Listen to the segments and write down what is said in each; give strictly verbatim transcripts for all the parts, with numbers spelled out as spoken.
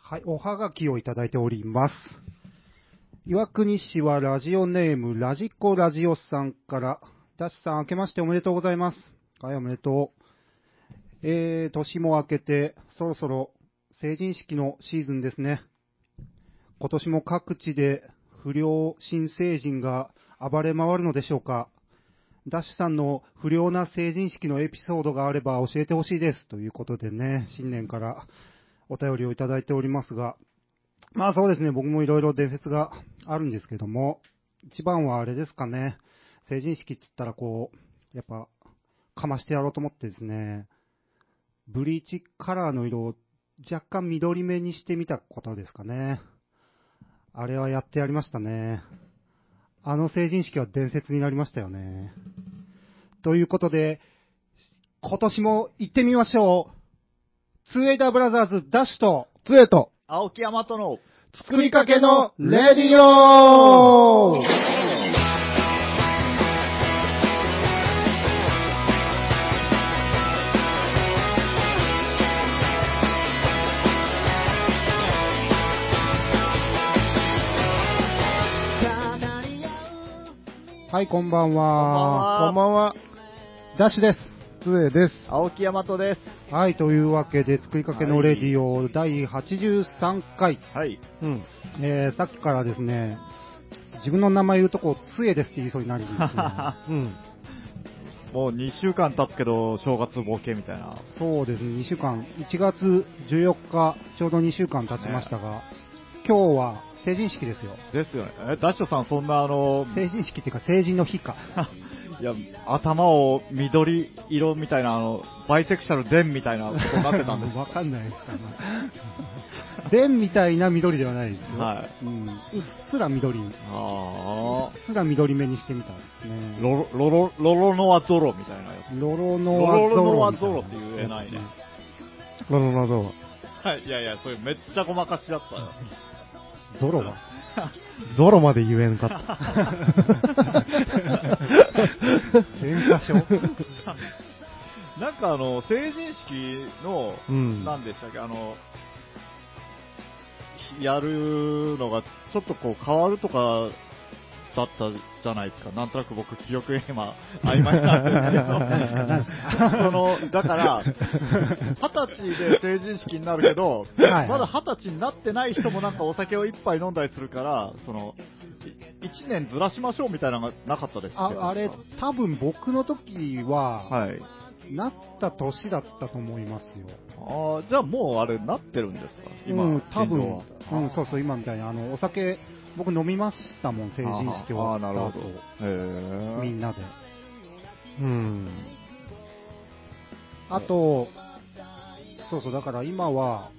はい、おはがきをいただいております。岩国市はラジオネームラジコラジオさんから、ダッシュさん明けましておめでとうございます。はい、おめでとう。えー、年も明けて、そろそろ成人式のシーズンですね。今年も各地で不良新成人が暴れ回るのでしょうか。ダッシュさんの不良な成人式のエピソードがあれば教えてほしいです。ということでね、新年からお便りをいただいておりますが、まあそうですね、僕もいろいろ伝説があるんですけども、一番はあれですかね、成人式って言ったらこう、やっぱ、かましてやろうと思ってですね、ブリーチカラーの色を若干緑目にしてみたことですかね。あれはやってやりましたね。あの成人式は伝説になりましたよね。ということで、今年も行ってみましょう。ツーエイダーブラザーズダッシュと、 つえと、 青木山との作りかけのレディオはい、こんばんこんばんは。 はこんばんは、 ダッシュです。 つえです。 青木山とです。 はい、というわけで、作りかけのレディオだいはちじゅうさんかい。 はい。 うん。 えー、さっきからですね、自分の名前言うとこ、つえですって言いそうになるんですけど、 うん。 もうにしゅうかん経つけど、正月ボケみたいな。 そうですね、にしゅうかん、いちがつじゅうよっか、ちょうどにしゅうかん経ちましたが、今日は成人式ですよ。 ですよね。え、ダッシュさん、そんなあの、 成人式っていうか成人の日か。 いや、頭を緑色みたいな、あの、バイセクシャルデンみたいなことになってたんです。 わかんないですかね。電みたいな緑ではないですよ。 はい。 うん、うっすら緑、うっあすら緑目にしてみたんですあ。 ね。 ロロ、ロロ、ロロノアゾロみたいなやつ。 ロロノロアゾロロノアみたいなゾロって言えないね。 ロロナゾはい、いやいや、それめっちゃごまかしだったよ。 ゾロはゾロまで言えんかった。 喧嘩症なんかあの、成人式の、 うん何でしたっけ、あの、やるのがちょっとこう変わるとかだったじゃないですか。なんとなく僕記憶今曖昧なんですけど、その、だから、二十歳で成人式になるけど、 はいはいまだ二十歳になってない人もなんかお酒を一杯飲んだりするから、その、い一年ずらしましょうみたいなのがなかったですっけああれ、多分僕の時は、 はい。 なった年だったと思いますよ。 ああ、じゃあもうあれなってるんですか今、 うん、多分、 現状はうん、そうそう、今みたいに、あの、お酒、僕飲みましたもん、成人式終わったああ、なるほど。 後、 へえ。 みんなで。 うん。 あと、そうそう、だから今は、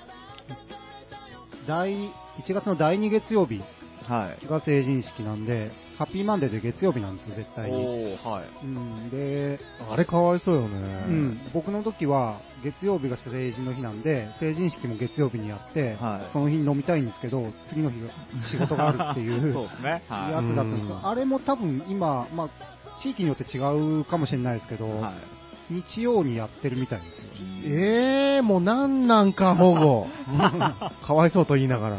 第、いちがつのだいに月曜日はい。 が成人式なんで、ハッピーマンデーで月曜日なんですよ、絶対に。 おー、はい。 うん、で、 あれかわいそうよね。 うん、僕の時は月曜日が成人の日なんで、成人式も月曜日にやって、 はいその日に飲みたいんですけど、次の日仕事があるっていうそうですね。はい。 やつだったんですけど、 うんあれも多分今、まあ、地域によって違うかもしれないですけど、 はい。 日曜にやってるみたいですよ。 ええー、もうなんなんか保護。かわいそうと言いながら。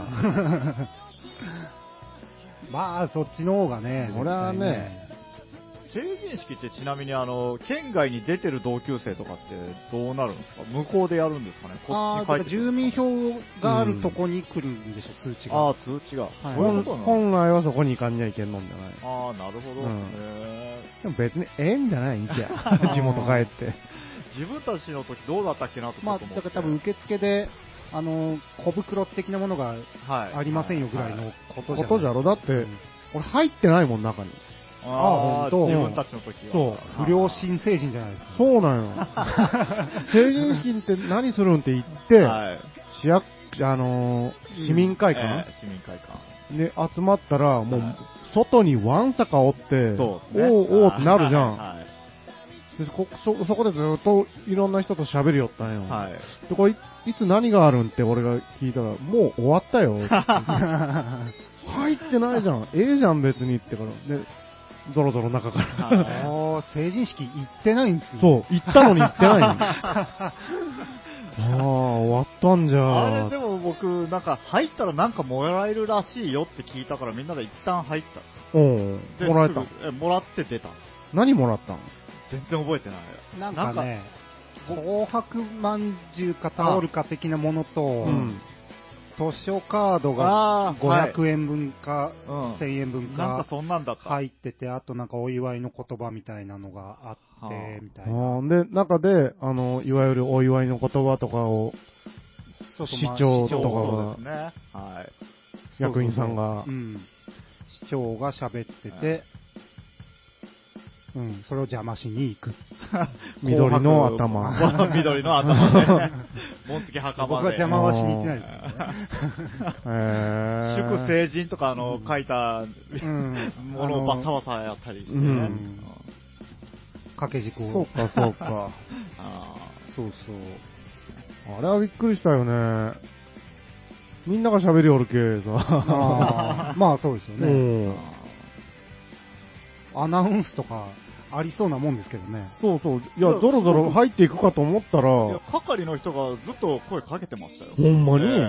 まあ、そっちの方がね、 俺はね成人式ってちなみにあの、県外に出てる同級生とかってどうなるんですか向こうでやるんですかねこああ、だからっちに帰ってくる住民票があるとこに来るんでしょ、通知が。 ああ、通知が。 はいそういうことなの本来はそこに行かんにゃいけんのんじゃない。 ああ、なるほど。 うんへでも別にええんじゃないんじゃ。地元帰って。 ー自分たちの時どうだったっけなとちょまあ、 っと思って。 だから多分受付で、あの、小袋的なものがはいありませんよぐらいのはいことじゃないことじゃろだってうん俺入ってないもん、中に。 ああほんとあ、自分たちの時は。 そう不良新成人じゃないですか。 そうなんよ。成人式って何するんって言って、 はい。 市役、あのー市民会館、 えー市民会館。 で集まったら、もうはい、 外にわんさかおって、 そうですね。 おうおうってなるじゃん。 はい。 でこそそこでずっといろんな人と喋りよったんよ。 はい。 でこれい、いつ何があるんって俺が聞いたら、もう終わったよって言って。入ってないじゃん。ええじゃん別にってから。で、ゾロゾロ中から。 ああ、成人式行ってないんですよ。 そう、行ったのに行ってないの。ああ、終わったんじゃあれでも僕、なんか入ったらなんかもらえるらしいよって聞いたからみんなで一旦入った。 おでもらえた。 すぐえもらって出た。 何もらったの？ 全然覚えてない。 なんかね、紅白まんじゅうかタオルか的なものと、 うん。 図書カードがあーごひゃくえんぶんか、 はいうんせんえんぶんかなんかそんなんだった。 入ってて、あとなんかお祝いの言葉みたいなのがあっはて、 あみたいな。 あーで、中で、あの、いわゆるお祝いの言葉とかを、 そうそうまあ市長市長とかそうですね。はい。 役員さんがそうそうそううん。市長が喋ってて、うん、それを邪魔しに行く。 緑の頭。 紅白緑の頭で、紋付き墓僕場で。 は邪魔はしに行ってないですけどね。 へー祝成人とかあの、書いたうんものをバサバサやったりしてね。 うんうん掛け軸を。 そうか、そうか。 あそうそう。 あれはびっくりしたよね。みんなが喋りおるけさ。 あーまあそうですようね。 ん。 アナウンスとかありそうなもんですけどね。 そうそう。いや、ゾロゾロ入っていくかと思ったら、 ーいや係の人がずっと声かけてましたよ。 ほんまに、 え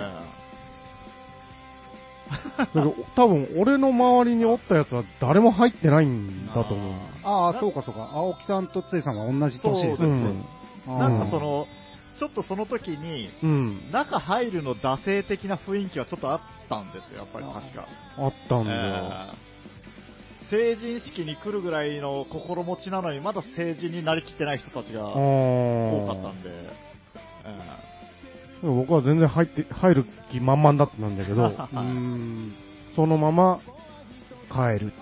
だけど多分俺の周りにおったやつは誰も入ってないんだと思う。 ああ、そうかそうか。青木さんとついさんは同じ年ですそうようん。 あーなんかその、ちょっとその時に、 うん。 中入るの惰性的な雰囲気はちょっとあったんですよ、やっぱり確か。 あったんだよ。 えー成人式に来るぐらいの心持ちなのに、まだ成人になりきってない人たちがあ多かったーんで、 でも僕は全然入って、入る気満々だったんだけど、 うーん。 そのまま帰る。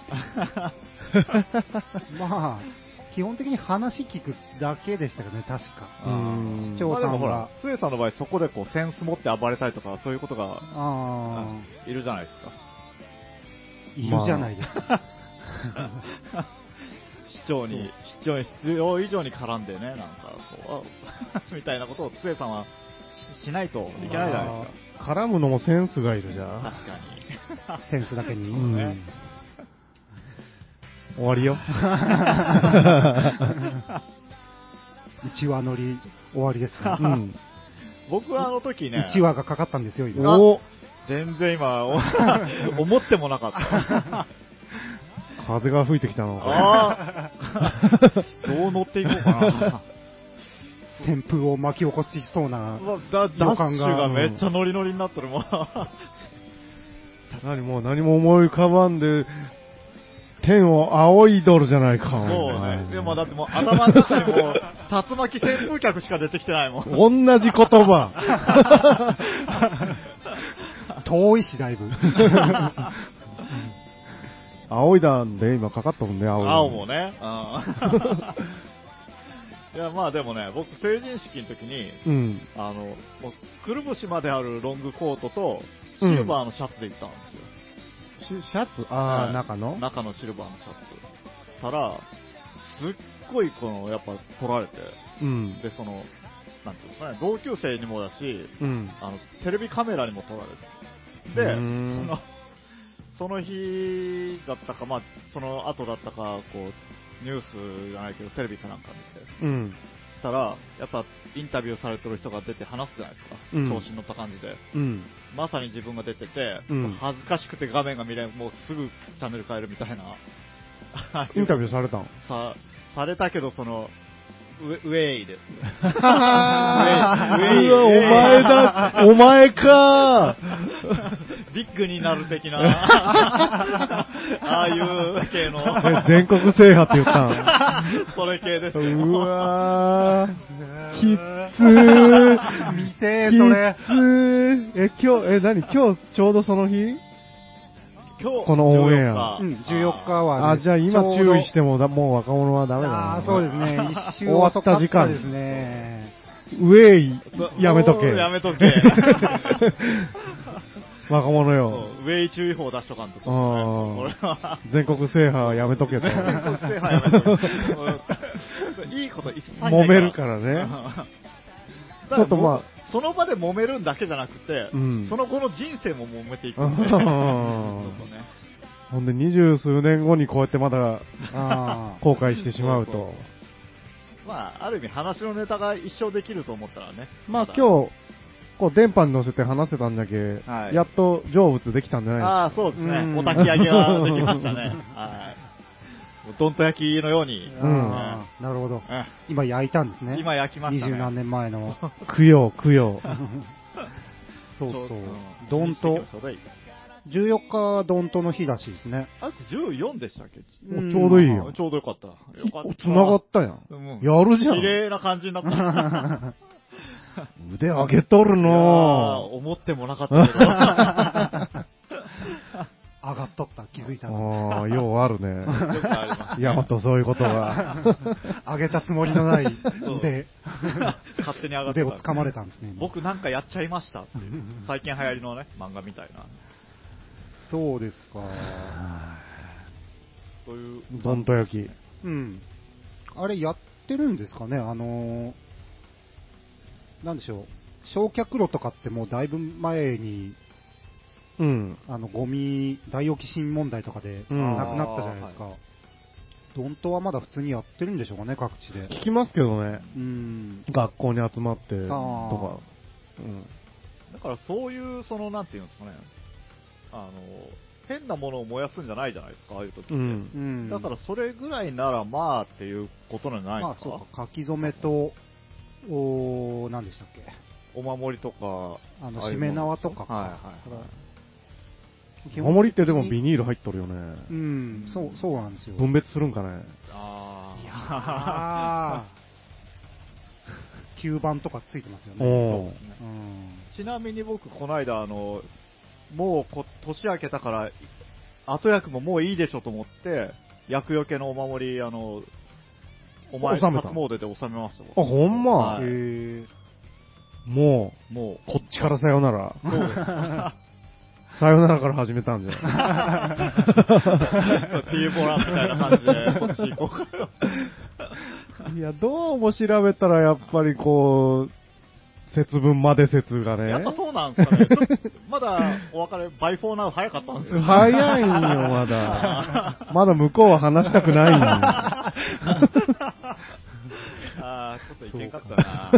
まあ、基本的に話聞くだけでしたけどね、確か。 うーん市長まあでもほらが、 スエさんの場合、そこでこうセンス持って暴れたりとか、そういうことがあいるじゃないですか。 あ、いるじゃないですか。 市長に、市長に必要以上に絡んでね、なんかこう、みたいなことをつえさんは し, しないといけないじゃないですか。 絡むのもセンスがいるじゃん。 確かに。 センスだけに。 うんね終わりよ。 いちわ乗り終わりですかう。ん。 僕はあの時ね、 いちわがかかったんですよ、今。 お全然今、お思ってもなかった。 風が吹いてきたのか。 ああ、どう乗っていこうかな。 旋風を巻き起こしそうなうわダダッシュがめっちゃノリノリになってるもん。 何も何も思い浮かばんで、天を仰いどるじゃないか。 そうね。でもだってもう頭の中にもう竜巻旋風客しか出てきてないもん。 同じ言葉。 遠いし、だいぶ。 仰いだんで、今かかったもんね、青い。 青もね。うん、いや、まあでもね、僕成人式の時に、 うん。 あの、もう、くるぶしまであるロングコートと、シルバーのシャツで行ったんですよ。 シシャツああ、 はい中の中のシルバーのシャツ。たら、すっごいこの、やっぱ取られて、 うん。 で、その、なんていうんですかね、同級生にもだし、 うん。 あの、テレビカメラにも撮られて。で、 うーんその、その日だったか、まあ、その後だったか、こう、ニュースじゃないけど、テレビかなんか見て、 うん。 したら、やっぱ、インタビューされてる人が出て話すじゃないですか。 うん調子に乗った感じで。 うん。 まさに自分が出てて、 うん恥ずかしくて画面が見れん、もうすぐチャンネル変えるみたいな。 インタビューされたんさ、されたけど、その、ウェウェイです。 うわ、お前だ、お前かビッグになる的な、ああいう系の、 え全国制覇って言ったんそれ系ですよ。 うわー、きっつー。 見てー、それ。 きっつー。え、今日、え、何今日ちょうどその日今日、 このオンエアうん、じゅうよっかは、 あ、じゃあ今ちょうど注意してもだ、もう若者はダメだな。 ああ、そうですね。一周終わった時間遅かですね。 ウェイ、やめとけ。 もうやめとけ。 若者そうよ。 ウェイ注意報出しとかんと。 あこれーは。 全国制覇やめとけと。 全国制覇やめとけ。うんいいこと一切ないから。 揉めるからね。 ちちょっとまあその場で揉めるんだけじゃなくて、 うんその後の人生も揉めていくんで。 うんそうそうね。 ほんで二十数年後にこうやってまだあ後悔してしまうそうそうと。 まあ、ある意味話のネタが一生できると思ったらね。 まあだ今日、 こう電波に乗せて話せたんだけ、 はいやっと成仏できたんじゃないああ、そうですね。 うんお焚き上げはできましたね。はい。もうどんと焼きのように、 うんあーなるほど。 うん今焼いたんですね。 今焼きましたね。 二十何年前の。 供養、供養。 そうそううん。 どんと、 ちょうどいいじゅうよっかどんとの日らしいですね。 あれってじゅうよんでしたっけうんちょうどいいよあ。ちょうどよかった。よかった。 繋がったやん。 うんやるじゃん綺麗な感じになった。 腕上げとるいやーの思ってもなかったけど。 上がっとった、気づいたら。 ああ、ようあるね。 よくありますねヤマトそういうことが。 上げたつもりのない腕、 勝手に上がってた腕を掴まれたんですね。今僕なんかやっちゃいましたっていう。最近流行りのね、漫画みたいな。 そうですか。 そういう。 どんと焼き。 うん。あれやってるんですかね、あのー、なんでしょう。焼却炉とかってもうだいぶ前に、 うん。 あの、ゴミ、大置き新問題とかでうんなくなったじゃないですか。ドントはまだ普通にやってるんでしょうかね、各地で。 聞きますけどね。 うん。 学校に集まってとあか。 ーだからそういう、その、なんていうんですかね。あの、変なものを燃やすんじゃないじゃないですか、ああいう時って。 うん。 うん。 だからそれぐらいならまあっていうことなんじゃないまあですか。 そうか、書き初めと、おー、何でしたっけ。 お守りとか、 あの、 ああいうしめもの縄とかか。 はいはいはい。 お守りってでもビニール入っとるよね。 うん、そう、そうなんですよ。 分別するんかね。 あいやー、吸盤とかついてますよね。 おーそうですねうん。 ちなみに僕、この間、あの、もうこ年明けたから、い後役ももういいでしょと思って、厄除けのお守り、あの、お前納めた初詣で納めました。 あ、ほんま。 はいへー。 ももう、 う、こっちからさよなら。 そうです。 さよならから始めたんじゃん。 ティーボランみたいな感じで、こっち行こうかな。 いや、どうも調べたらやっぱりこう、節分まで説がね。 やっぱそうなんですかね。ちょっとまだお別れ、バイフォーナウ早かったんですよ。 早いんよ、まだ。まだ向こうは話したくないんよ。 ああ、ちょっといけんかったな。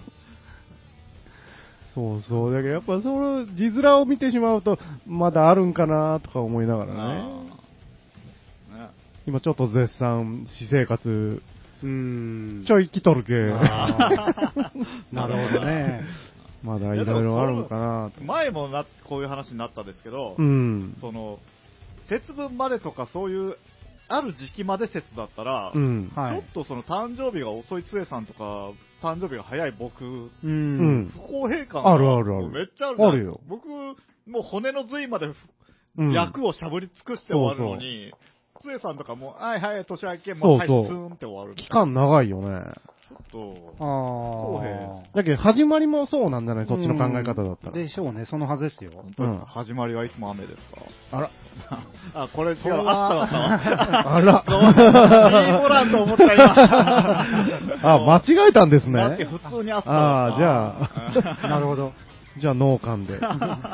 そうそう。だけどやっぱその字面を見てしまうと、まだあるんかなとか思いながらね。 あね今ちょっと絶賛、私生活、 うん。 ちょい来とるけ。 あなるほどね。 まだいろいろあるんかなと。 前もなこういう話になったんですけど、 うん。 その、節分までとかそういう、ある時期まで節だったら、 うん。 はいちょっとその誕生日が遅いつえさんとか、誕生日が早い僕、 ううんん。 不公平感あるあるあるもうめっちゃあるじゃんあるよ僕、もう骨の髄までふうん役をしゃぶり尽くして終わるのに、つえさんとかもう、はいはい、年明け、もう、はい、スそうそうーンって終わる。 期間長いよね。 ちょっと、 あ公平あ。 だけど始まりもそうなんじゃないそっちの考え方だったら。 でしょうね、そのはずですよ。 本当ですか、始まりはいつも雨ですかあら。 あ、これ違う、 それはあったわ。 あら。 そう、いいボランと思った今。 あ、間違えたんですだってね。 普通にあったわ。 あーじゃなるほど。 じゃあ脳幹で。 テ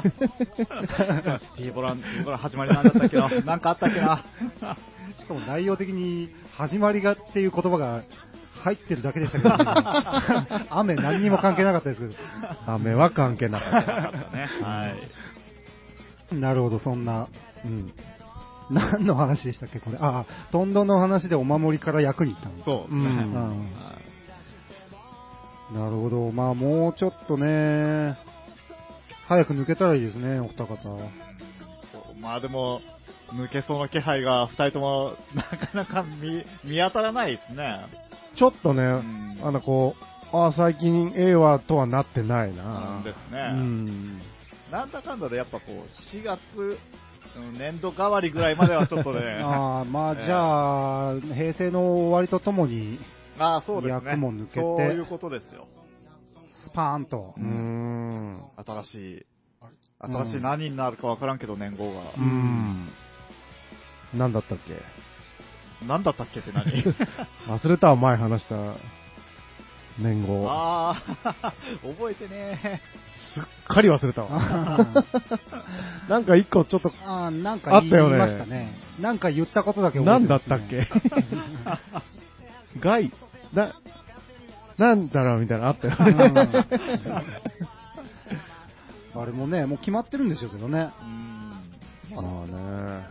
ィーボラン、ティーボラン始まりなんだったっけななんかあったっけなしかも内容的に、始まりがっていう言葉が入ってるだけでしたけど、雨何にも関係なかったですけ雨は関係なかった。 ね。はい。 ど。なるほど、そんな。 うん。 何の話でしたっけ、これ。ああ、トンドの話でお守りから役に行ったんです。 そうですね。 うんうんはいなるほど。まあ、もうちょっとね、早く抜けたらいいですね、お二方。 そうまあでも、抜けそうな気配が二人ともなかなか見見当たらないですね。 ちょっとね、 んあのこう、ああ、最近 A はとはなってないななんですうね。 ん。 なんだかんだでやっぱこう、しがつ、うん年度代わりぐらいまではちょっとね、 ああ、まあ、 ええじゃあ、平成の終わりとともに、 ああ、そうですね。 役も抜けてそういうことですよ。 スパーンとう。ん。 新しい、新しい何になるかわからんけど、年号が。 うん。なんだったっけ何だったっけって何忘れたわ、前話した年号。 ああ、覚えてねすっかり忘れたわ。なんか一個ちょっと、 ああ、なんか言いあったよねましたね。なんか言ったことだけ覚えなんてますねだったっけ害な、なんだろうみたいなのあったよね。 あれもね、もう決まってるんでしょうけどね。 うん。 まあね。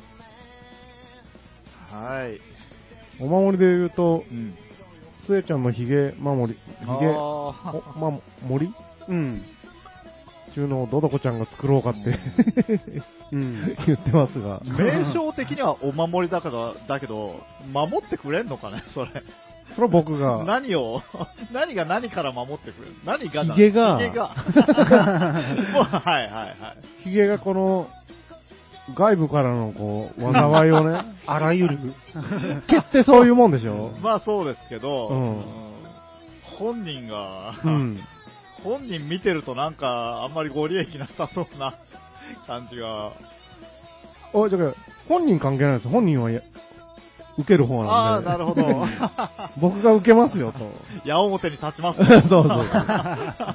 はい。 お守りで言うと、 うん。 つえちゃんのヒゲ守り、ヒゲ、おあま、森うん。 中のドドコちゃんが作ろうかってうん言ってますが。 名称的にはお守りだから、だけど、守ってくれんのかね、それ。 それは僕が。 何を、何が何から守ってくれる何がだヒゲがヒゲが。もうはいはいはい。 ヒゲがこの、外部からのこう、災いをね、 あらゆる。 毛ってそういうもんでしょ。 まあそうですけど、 うんうん本人が、 うん。 本人見てるとなんかあんまりご利益なさそうな感じが。 お、だから、本人関係ないです。本人はや受ける方ああ、 なんで。 なるほど。 僕が受けますよと。 矢面に立ちます。 そうそう。だから、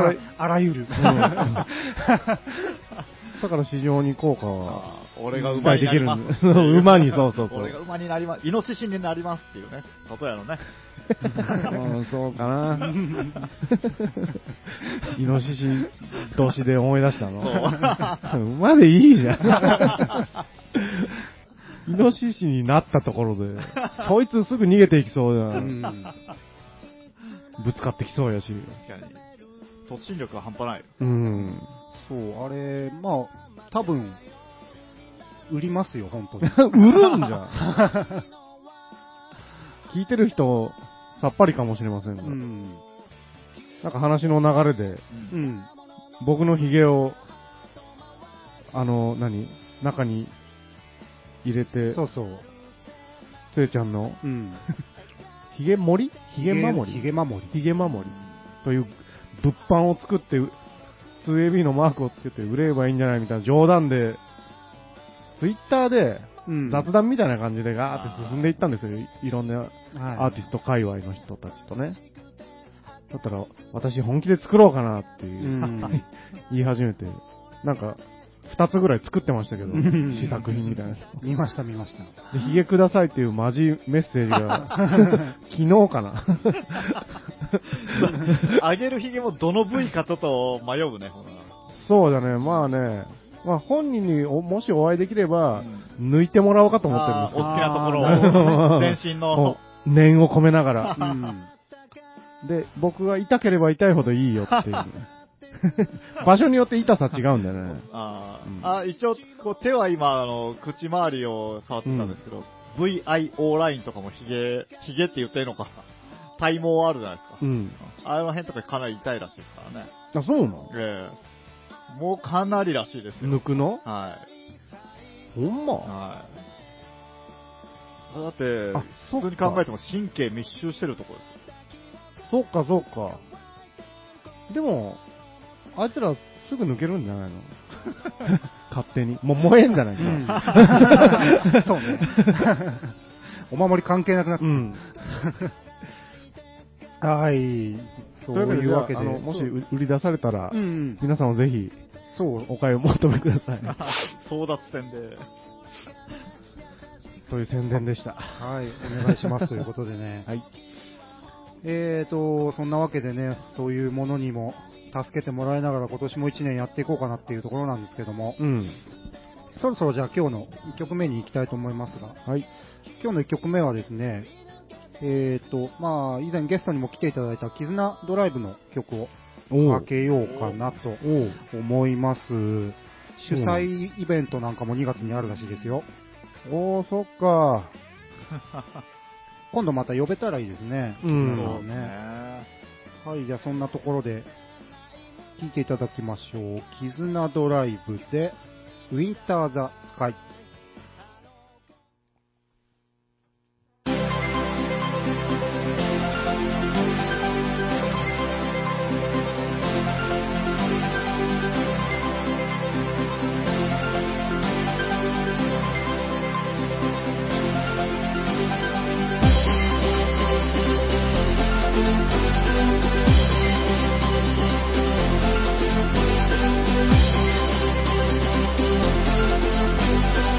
あらゆる。 うんだから市場に効果は、 あー俺が馬になります期待できるんで馬に、そうそうそう。 俺が馬になります。イノシシになりますっていうね。ことやろね。 うん、そうかな。イノシシ同士で思い出したの。馬でいいじゃん。イノシシになったところで、そいつすぐ逃げていきそうじゃ。 うんん。 ぶつかってきそうやし。 確かに。突進力が半端ない。 うん。 そう、あれ、まあ、多分、売りますよ、本当に。 売るんじゃん。聞いてる人、さっぱりかもしれませんが。 うん。 なんか話の流れで、 うん。 僕のヒゲを、あの、何中に入れて、 そうそう。 つえちゃんの、 うん。 ヒゲ守りヒゲ守りヒゲ守り。 ヒゲ守りという物販を作って、ツーエービー のマークをつけて売ればいいんじゃないみたいな冗談で、ツイッターでうん。 雑談みたいな感じでガーって進んでいったんですよ。いろんなはいアーティスト界隈の人たちとね。だったら、私本気で作ろうかなっていう、 うん言い始めて、なんか、二つぐらい作ってましたけど、 うん試作品みたいなやつ。 見ました、見ました。 で、ヒゲくださいっていうマジメッセージが、昨日かな。 あげるヒゲもどの部位かちょっと迷うね、ほら。 そうだね、まあね、まあ本人におもしお会いできれば、 う抜いてもらおうかと思ってるんですけど。 あーお好きなところあーなるほを、 どね、全身のこ。う念を込めながら。 うん。 で、僕が痛ければ痛いほどいいよっていう。場所によって痛さ違うんだよね。 あー、 うんあ、一応、こう手は今、あの、口周りを触ってたんですけど、ブイアイオー ラインとかもヒゲ、ヒゲって言っていいのか。体毛あるじゃないですか。 うん。 あの辺とかかなり痛いらしいですからね。 あ、そうなのええもうかなりらしいですよ。 抜くのはほんまい。はい。だってあ、そっか普通に考えても神経密集してるところですよ。 そうか、そうか。でも、あいつらすぐ抜けるんじゃないの勝手に。もう燃えんじゃないか。 うんそうね。お守り関係なくなってう。ん。 はい。そうというわけで、 いうわけで。 あのもしそう売り出されたら、 うんうん。 皆さんもぜひそう。 お買い求めください。 争奪戦で。 という宣伝でした。 はい。お願いしますということでね。 はい。 えーと、そんなわけでね、そういうものにも助けてもらいながら今年もいちねんやっていこうかなっていうところなんですけども、 うん。 そろそろじゃあ今日のいっきょくめに行きたいと思いますが、 はい。 今日のいっきょくめはですね、えーと、まあ、以前ゲストにも来ていただいた絆ドライブの曲をおかけようかなとお思います。主催イベントなんかもにがつにあるらしいですよ。 おー、そっか。 今度また呼べたらいいですね。 うんそうね。はい、じゃあそんなところで聴いていただきましょう。絆ドライブでウィンターザスカイ。 「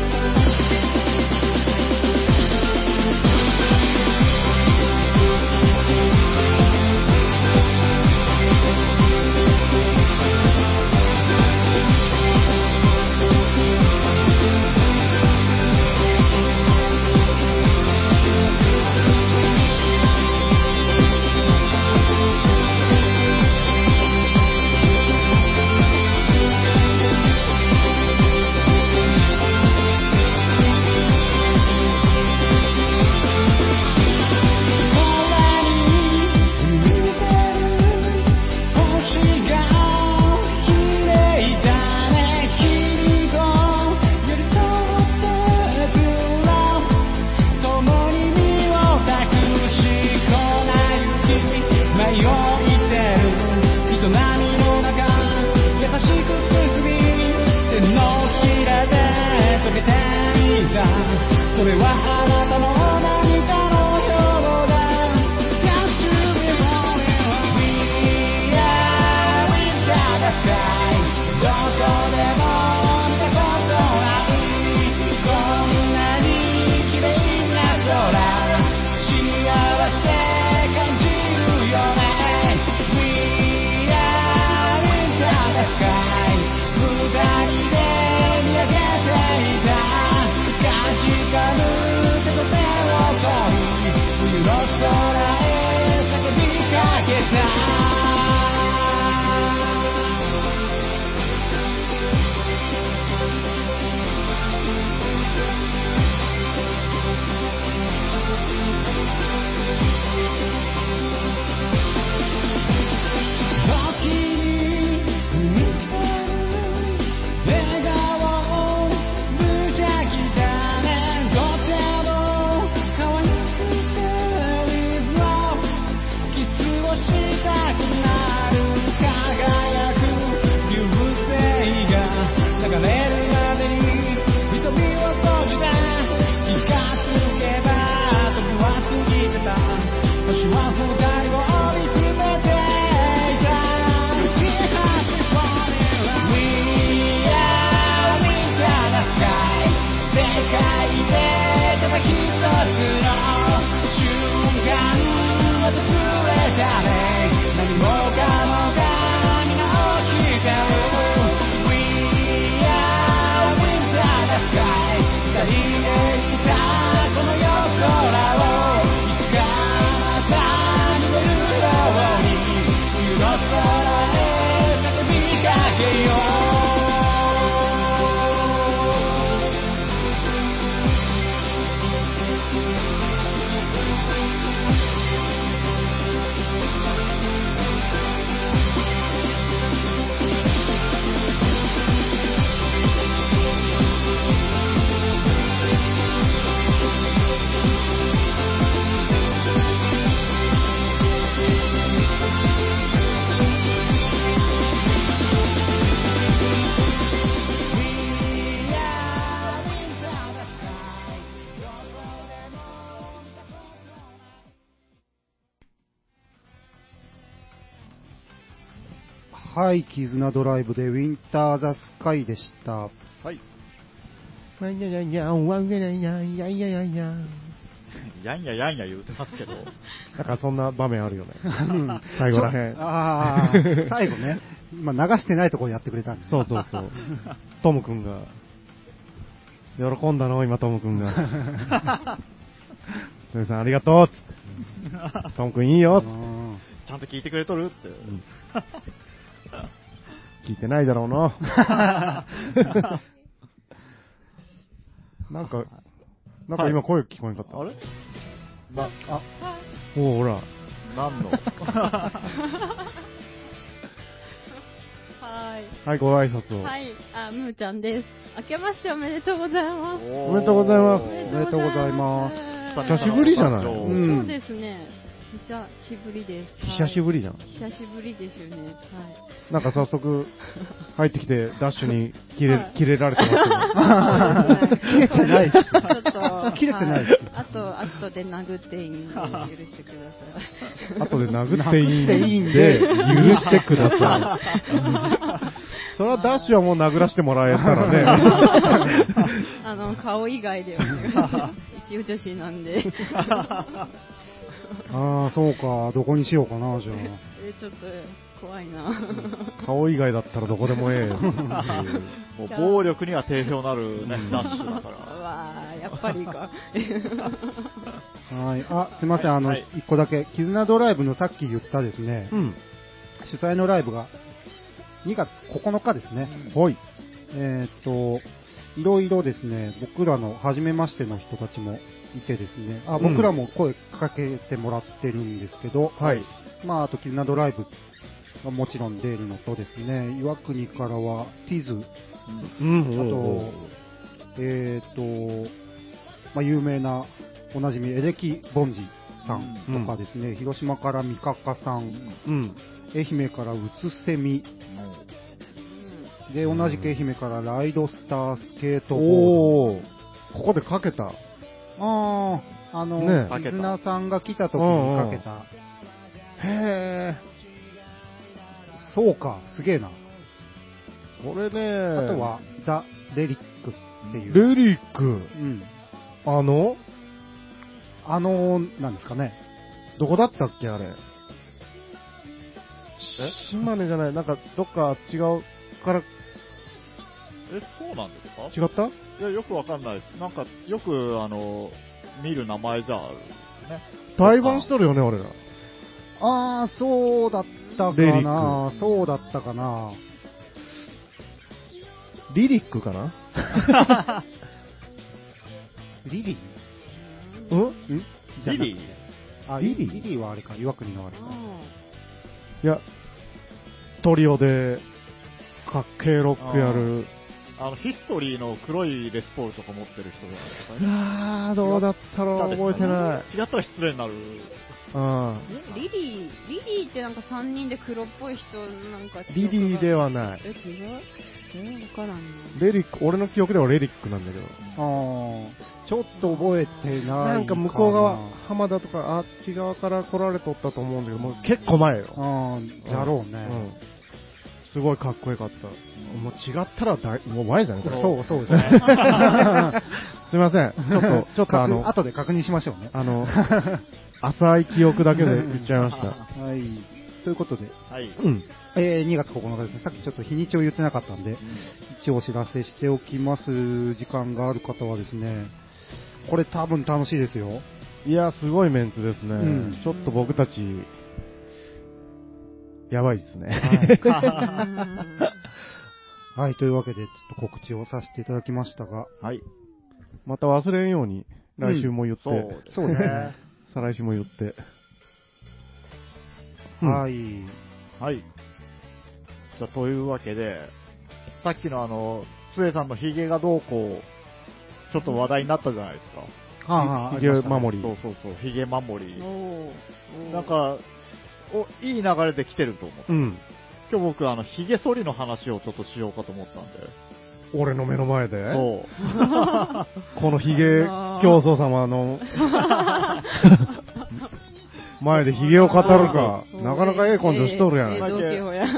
はい、絆ドライブでウィンターザスカイでした。 はい。 やんややんやん、わんややんやん、やんややんやん。 やんややんや言うてますけど。 だからそんな場面あるよね。最後らへん。 ああ、最後ね。今流してないところやってくれたんです。 そうそうそう。トム君が。喜んだの今トム君が。トムさんありがとうっつって。トム君いいよっつって。 ちゃんと聞いてくれとるって。うん、 聞いてないだろうな。なんか、なんか今声聞こえなかった。 あれな、あ、 おお、ほら。 何のはい。 はい、ご挨拶を。 はい、あ、むーちゃんです。明けましておめでとうございます。 おめでとうございます。 おめでとうございます。 久しぶりじゃない？ うん、そうですね。久しぶりです。 久しぶりじゃん。 久しぶりですよね。はい。 なんか早速入ってきてダッシュに切れ、はい、切れられてますけど。切れてないです。ちょっと切れてないです。 あと後で殴っていいんで許してください。 後で殴っていいんで許してください。それはダッシュはもう殴らせてもらえたらね。 あの顔以外でお願いします。一応女子なんで。 ああ、そうか。どこにしようかな、じゃあ。 え、ちょっと怖いな。 顔以外だったらどこでもええ。 もう暴力には定評なるね、ダッシュだから。 うわー、やっぱりか。 はい。あ、すいません、あの、一、はい、個だけ。絆ドライブのさっき言ったですね、うん、主催のライブがにがつここのかですね。 はい。 えっと、いろいろですね、僕らの初めましての人たちもいてですね、あ、僕らも声かけてもらってるんですけど、 うん、はい。 まあ、あと、絆ドライブがもちろん出るのとですね、岩国からは、ティズ、うん、あと、えっ、ー、と、まあ、有名な、おなじみ、エレキボンジさんとかですね、うん、広島からミカカさん、うん、愛媛からうつせみ、で、同じく愛媛からライドスタースケートボード。 ここでかけた。ああ、あの、ね、絆さんが来た時にかけた。 うんうん、へー。 そうか、すげえな。 これね。 あとは、ザ・レリックっていう。 レリック。うん。あのあの、なんですかね。 どこだったっけ、あれ。え島根じゃない、なんかどっか違うから。 え、そうなんですか？ 違った？ いや、よくわかんないです。なんか、よく、あの、見る名前じゃあるね。 対バンしとるよね、俺ら。 ああ、そうだったかな。そうだったかな。 リリックかなリリーんんリリーあ、リリーリリーはあれか、岩国のあれか。 いや、トリオで、かっけーロックやる。 あの、ヒストリーの黒いレスポールとか持ってる人じゃないですかね。 あー、どうだったろう、覚えてない。 違ったら失礼になる。 うん。 リリー、リリーってなんかさんにんで黒っぽい人なんか。 リリーではない。 え、違うえ、わからんな。 レリック、俺の記憶ではレリックなんだけど。 ああ、ちょっと覚えてないかな。 なんか向こう側、浜田とか、あっち側から来られとったと思うんだけど、もう結構前よ。 ああ、じゃろうね。 うんすごいかっこよかった。もう違ったらだい、もう前じゃないか。 そう、そうですね。 すいません。ちょっと、ちょっとあの、 後で確認しましょうね。 あの、浅い記憶だけで言っちゃいました。 はい。ということで、 はい。 うん。えー、にがつここのかですね。さっきちょっと日にちを言ってなかったんで、うん、一応お知らせしておきます。時間がある方はですね、これ多分楽しいですよ。 いや、すごいメンツですね。うん、ちょっと僕たち、やばいですね。 はい、はい、というわけで、ちょっと告知をさせていただきましたが、 はい。 また忘れんように、来週も言って、うん、 そうですね。 再来週も言って。 はい。 はい。じゃあ、というわけで、さっきのあの、つえさんのヒゲがどうこう、ちょっと話題になったじゃないですか。 はあ、 ヒゲ守り。 そうそうそう、ヒゲ守り。なんか、お、いい流れで来てると思う。うん。今日僕、あの、髭剃りの話をちょっとしようかと思ったんで。 俺の目の前でそう。 この髭教祖様の前で髭を語るか。なかなかええ根性しとるやないか。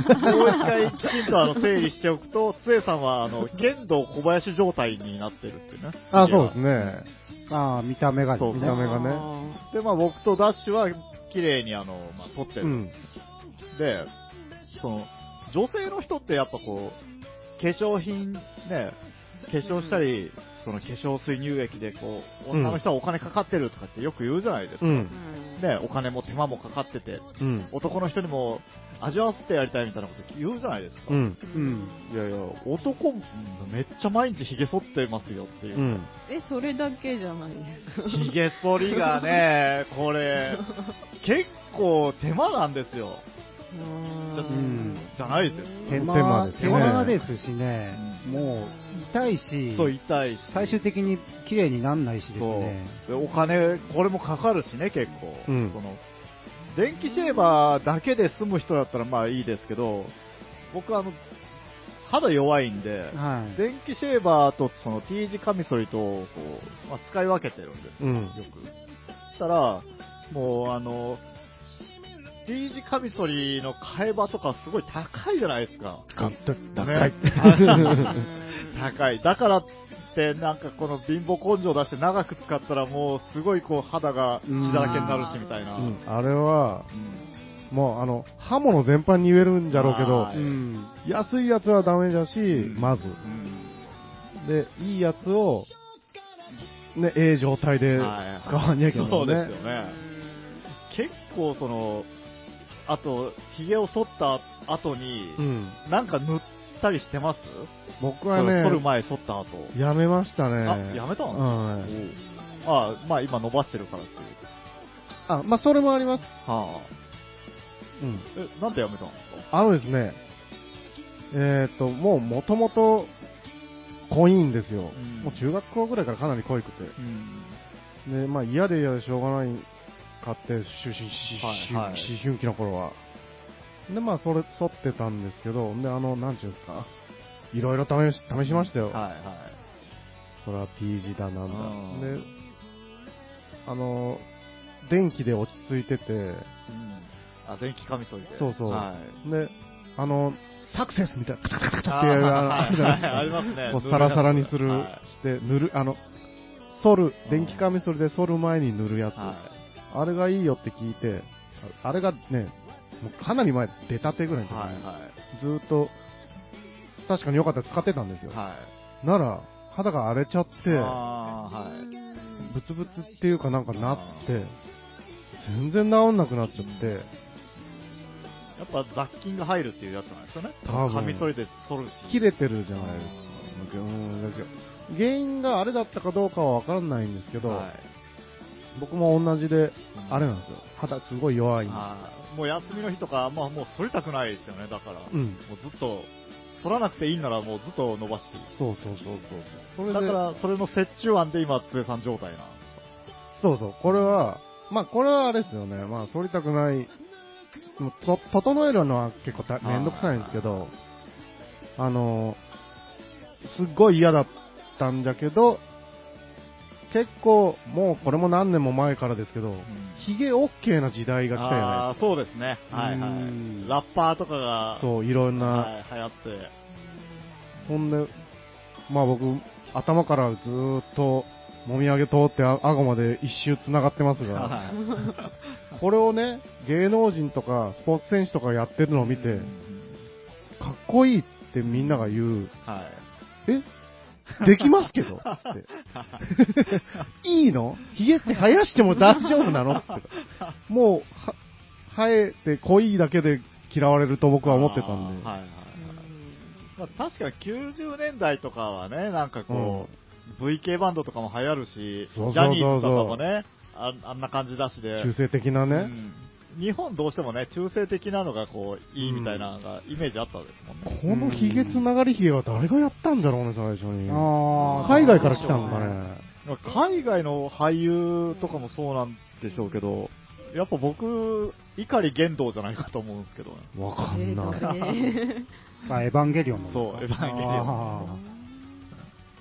もう一回きちんとあの整理しておくと、つえさんはあの剣道小林状態になってるっていうね。 あ、そうですね。 ああ、見た目がですね。 そう見た目がね。 で、まあ僕とダッシュは綺麗にあの、まあ、撮ってる。 うん。 で、その、女性の人ってやっぱこう、化粧品ね、化粧したり、その化粧水乳液でこう、女の人はお金かかってるとかってよく言うじゃないですか。 うん。 ね、お金も手間もかかってて、 うん。 男の人にも味わわせてやりたいみたいなこと言うじゃないですか。 うん。 うん。 いやいや、男、めっちゃ毎日髭剃ってますよっていうう。 ん。 え、それだけじゃないですか。 髭剃りがね、これ、結構手間なんですよ。 ううんんじゃないです。 手手間間ですね手間ですしね、 うんもう痛いし、 そう、痛いし。 最終的に綺麗になんないしですそうね。 でお金、これもかかるしね、結構。 うんその電気シェーバーだけで済む人だったらまあいいですけど、僕はあの、肌弱いんで、 はい。 電気シェーバーとその T 字カミソリとこう、まあ、使い分けてるんですよ、 うん。 よく。そしたら、もうあの、T 字カミソリの替え刃とかすごい高いじゃないですか。 ガッと高ねい。 高い。だからって、なんかこの貧乏根性出して長く使ったらもうすごいこう肌が血だらけになるしみたいな。 うん。あれは、 うんもうあの、刃物全般に言えるんじゃろうけどは、いうん。 安いやつはダメだし、 うんまず。 うんで、いいやつを、ね、ええ状態ではい使わなきゃいけないそうね。 ですよね。結構その、あと、髭を剃った後に、 うん。 なんか塗ったりしてます僕はね剃る、前、剃った後。 やめましたね。 あ、やめたうんの、あまあ今伸ばしてるからっていう。 あ、まあ、それもあります。 はうん。 あ、え、なんでやめたんですかあのですね、えっ、と、もう元々濃いんですよ。 うんもう中学校ぐらいからかなり濃いくて。 うん。 で、まあ嫌で嫌でしょうがないかって、思春はいはい思春期の頃は。で、まあそれ剃ってたんですけど、で、あの、なんちゅうんですか、いろいろ試し、試しましたよ。 はいはい。 それは T 字だなんうんだ。で、あの、電気で落ち着いてて、 うん。あ、電気カミソリで。 そうそう。 はい。 で、あの、サクセスみたいな、カタカタカタあってやる、 ーあのあるじゃないですかはいありますねこうサラサラにする、 はいして、塗る、あの、剃る、電気カミソリで剃る前に塗るやつ。 はあれがいいよって聞いて、ああれがね、もうかなり前です。出たてぐらいい。 の時に、 はいはずーっと、確かに良かったら使ってたんですよ。 い。はい。 なら、肌が荒れちゃって、 あーはい。 ブツブツっていうかなんかなって、全然治んなくなっちゃって、 やっぱ雑菌が入るっていうやつなんですよね。 多分カミソリで剃るし。 切れてるじゃないですか。うんだけど原因があれだったかどうかはわからないんですけど、 はい。 僕も同じで、 うんあれなんですよ。肌すごい弱いんで。 あーもう休みの日とか、まあもう剃りたくないですよね、だから。 うん。 もうずっと、剃らなくていいならもうずっと伸ばしていい。 そうそうそうそう。それでだから、それの折衷案で今、つえさん状態なんですそうそう。これは、まあこれはあれですよね。まあ反りたくない。もうと整えるのは結構ためんどくさいんですけど、あの、すっごい嫌だったんだけど、結構、もうこれも何年も前からですけど、ヒゲ OK な時代が来たじゃないああー、そうですね。はいはうんい。ラッパーとかが、 そう、いろんな、 はい、流行って。 ほんで、まあ僕、頭からずーっと、もみあげ通ってあ顎まで一周繋がってますが、 はいこれをね、芸能人とか、スポーツ選手とかやってるのを見て、 うんかっこいいってみんなが言う、 はい。 えできますけどって。いいのヒゲって生やしても大丈夫なのって。もう、は、生えて濃いだけで嫌われると僕は思ってたんで。 あーはいはいはい。まあ、確かにきゅうじゅうねんだいとかはね、なんかこう、ブイケー バンドとかも流行るし、 そうそうそうそうジャニーズとかもね、ああんな感じだしで。 中性的なね。 うん日本どうしてもね、中性的なのがこう、いいみたいなのが、イメージあったんですもんね。 このヒゲつながりヒゲは誰がやったんだろうね、最初に。 あー海外から来たんかね。 海外の俳優とかもそうなんでしょうけど、やっぱ僕、碇玄道じゃないかと思うんですけどね。 わかえーんない。 誰あエヴァンゲリオンの。 そうエヴァンゲリオンあ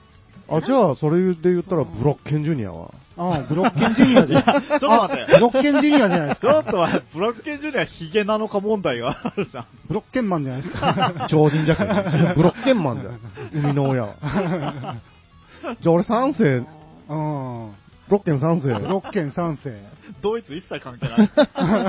あ、じゃあ、それで言ったら、ブロッケンジュニアは。 ああ、ブロッケンジュニアじゃん。 ちょっと待って。 ブロッケンジュニアじゃないですちょか。 っと待って、ブロッケンジュニアヒゲなのか問題があるじゃん。 ブロッケンマンじゃないですか。 超人じゃけん。ブロッケンマンじゃん。生みの親は。じゃあ、俺さん世、 うん。 ブロッケンさん世。 ブロッケンさん世。 ドイツ一切関係ない。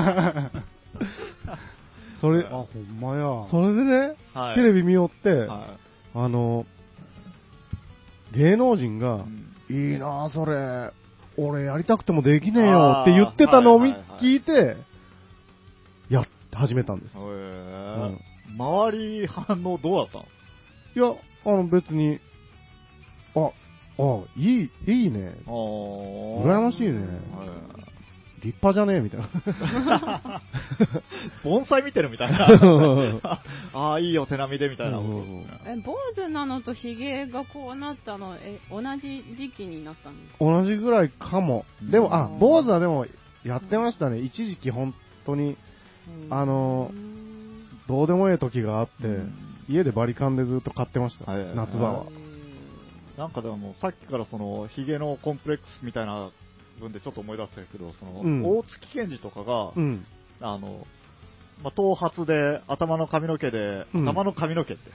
それ、 あ、ほんまや。 それでね、 はいテレビ見よって、 はあの、芸能人い。 がう、んいいなぁ、それ、俺やりたくてもできねえよって言ってたのを見あーはいはいはい聞いて、やって始めたんです。 へうーん周り反応どうだったの？ いや、あの別に、あ、あ、いい、いいね。 あー羨ましいね。 はい立派じゃねえみたいな。 盆栽見てるみたいな。ああ、いいよ、手並みでみたいなことですね。 え、坊主なのとヒゲがこうなったの、え、同じ時期になったんですか？ 同じぐらいかも。でも、あう、ん坊主はでも、やってましたね。一時期本当に、あのうーんどうでもええ時があって、 うん家でバリカンでずっと買ってました。 はいはいはい夏場は。 なんかでも、さっきからその、ヒゲのコンプレックスみたいな分でちょっと思い出したけど、その、 うん大月健二とかが、 うん。 あの、まあ、頭髪で、頭の髪の毛で、 うん頭の髪の毛って。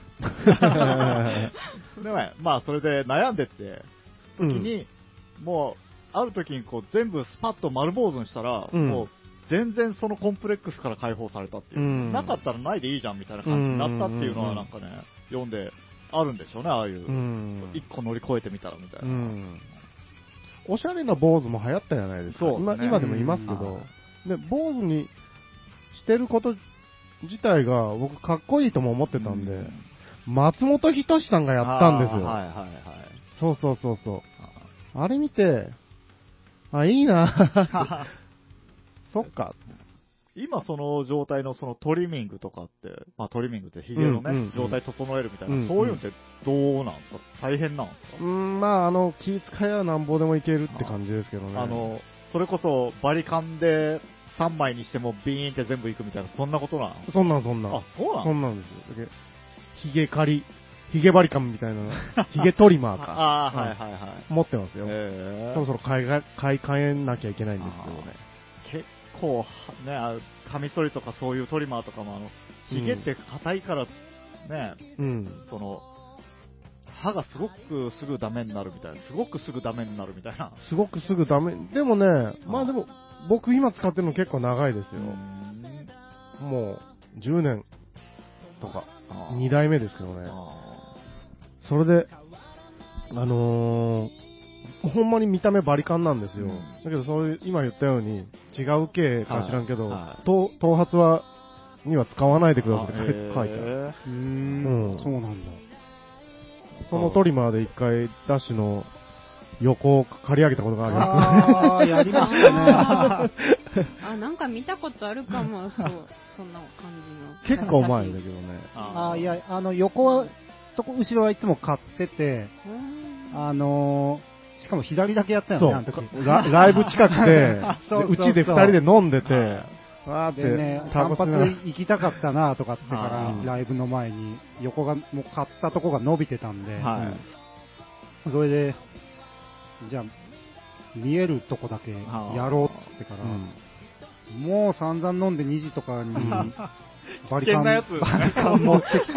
でもねまあ、それで悩んでって、時に、もう、ある時にこう、全部スパッと丸坊主にしたら、 うんもう、全然そのコンプレックスから解放されたっていう。 うんなかったらないでいいじゃんみたいな感じになったっていうのはなんかね、読んで、あるんでしょうね、ああいう。 うん一個乗り越えてみたらみたいな。 うん。おしゃれな坊主も流行ったじゃないですか。 そうですね今今でもいますけど、で、坊主にしてること自体が僕かっこいいとも思ってたんで、 うん松本人志さんがやったんですよ。 あーはいはいはい。 そうそうそうそう。あれ見て、あ、いいなそっか。 今その状態のそのトリミングとかって、まあトリミングってヒゲのね、 うんうんうん状態整えるみたいな、 うんそういうのってどうなんですか？大変なんですか？ うん、まあ、あの、気遣いはなんぼでもいけるって感じですけどね。 あの、それこそバリカンでさんまいにしてもビーンって全部いくみたいな、そんなことなの？ そんなんそんなん。 あ、そうなの？ そんなんですよ。だけヒゲ刈り、ヒゲバリカンみたいな、ヒゲトリマーか。 ああ、 うんはいはいはい。 持ってますよ。 えそろそろ買いが買い替えなきゃいけないんですけどね。 結構は、ね、あカミソリとかそういうトリマーとかも、あの、ヒゲって硬いから、ね、 うん。 その、歯がすごくすぐダメになるみたいな、すごくすぐダメになるみたいな。 すごくすぐダメ。でもね、まあでも、僕今使ってるの結構長いですよ。もう、じゅうねんとか、に代目ですけどね。 あそれで、あのー、ほんまに見た目バリカンなんですよ。 うんだけど、そういう、今言ったように、違う系か知らんけど、 はいはい頭頭髪は、には使わないでくださいって書いー書いてある。 うーうんん、そうなんだ。 そのトリマーで一回、ダッシュの横を刈り上げたことがあります。 ああ、やりましたね。 あ、なんか見たことあるかも、そう、そんな感じの。 結構前だけどね。 ああ、いや、あの、横は、とこ、後ろはいつも買ってて、 うーんあのー、しかも左だけやったよね、 そうあの時。 ラ。ライブ近くて、 そうそうそうでうちで二人で飲んでて、 はいわーって、 でね、 タバ散コ吸いながら髪行きたかったなとかってかあら、ライブの前に、横が、もう買ったとこが伸びてたんで、 はい。 それで、じゃあ、見えるとこだけやろうっつってから、 うんもう散々飲んでにじとかに、 んバリカン、 危険なやつバリカン持ってきて、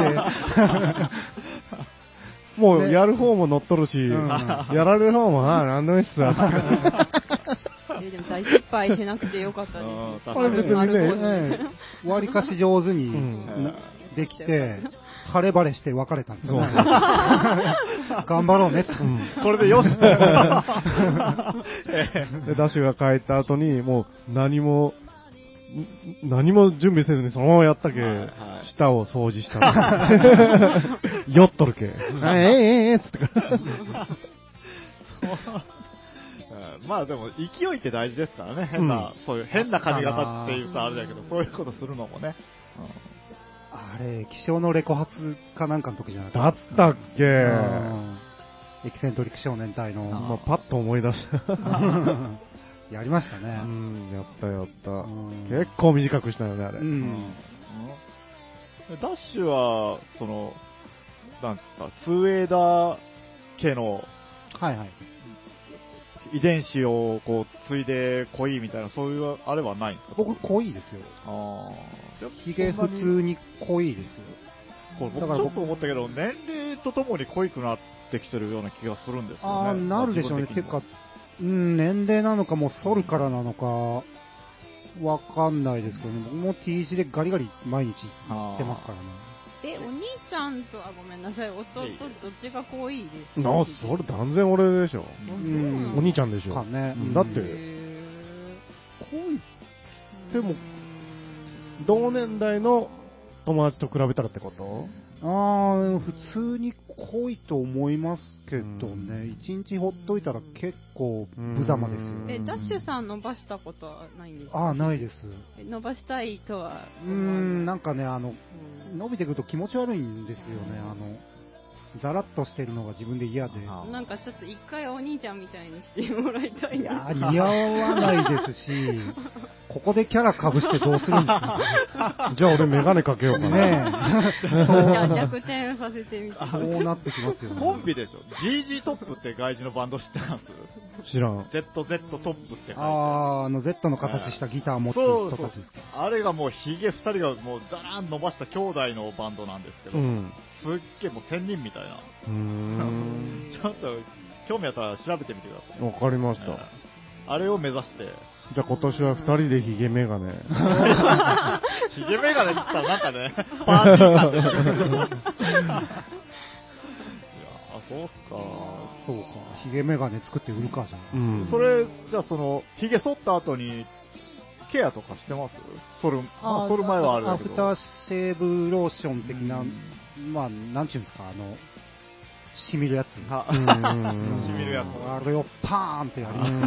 もうやる方も乗っとるし、 うんやられる方も、ああ、なんでもいいっすわ。 えでも大失敗しなくてよかったですうんこれ別にね丸坊主ええわりかし上手にうんなできて、晴れ晴れして別れたんですよ、ね。 そう頑張ろうねって。 うんこれでよしと。 で、ダッシュが帰った後に、もう何も、ん何も準備せずにそのままやったけ、 はいはい舌を掃除した。酔っとるけ。あええええええつってから。 うんまあでも、勢いって大事ですからね。変な、 うんそういう変な髪型っていうとあれだけど、そういうことするのもね。 あれ、気象のレコ発かなんかの時じゃなかだったっけうんエキセントリック少年隊の。 まあ、パッと思い出した。 やりましたうね。 ん、やったやった。 うん結構短くしたよね、あれ。 ううんん。 ダッシュは、その、なんですか、ツーエイダー家のはいはい。 遺伝子をこう継いで濃いみたいな、そういうあれはないんですか？ 僕、濃いですよ。 ああ。 ヒゲ普通に濃いですよ。 これ僕ちょっと思ったけど、年齢とともに濃いくなってきてるような気がするんですよね。 ああ、なるでしょうね。てか、うん、年齢なのか、もう剃るからなのか、わかんないですけどね。僕も T 字でガリガリ毎日行ってますからね。 え、お兄ちゃんと、あ、ごめんなさい、弟どっちが濃いですか？ な、それ断然俺でしょ。 うん、 お兄ちゃんでしょ。 かね。 うん、だって、濃い。でも、同年代の友達と比べたらってこと？ ああ、普通に濃いと思いますけどね。一日ほっといたら結構無様ですよ。 え、ダッシュさん伸ばしたことはないんですか？ ああ、ないです。 伸ばしたいとは。 うーん、なんかね、あの、伸びてくると気持ち悪いんですよね。あの、ザラッとしてるのが自分で嫌で。 なんかちょっと一回お兄ちゃんみたいにしてもらいたい。 いやー、似合わないですし、ここでキャラかぶしてどうするんですか？ じゃあ俺メガネかけようかな。 ねえ。 そう逆転させてみて。 こうなってきますよね。 コンビでしょ。ジージー トップって外人のバンド知ってます？ 知らん。 ゼットゼット トップって書いてあー、あの Z の形したギターを持ってる人たちですか？ あれがもうヒゲふたりがもうダーン伸ばした兄弟のバンドなんですけど、 うん、 すっげえもう仙人みたいな。 うーんちょっと興味あったら調べてみてください。 わかりました。 あれを目指して。 じゃあ今年はふたりでヒゲメガネ。 ヒゲメガネって言ったらなんかね、パーティー感で。いや、そうっすか。 そうか。ヒゲメガネ作って売るかじゃん。 うん。 それ、じゃあその、ヒゲ剃った後に、ケアとかしてます？剃る、まあ、剃る前はあるアだけど。 フターシェーブローション的な、まあ、なんちゅうんですか、あの、染みるやつ。 染みるやつ。 あれをパーンってやります。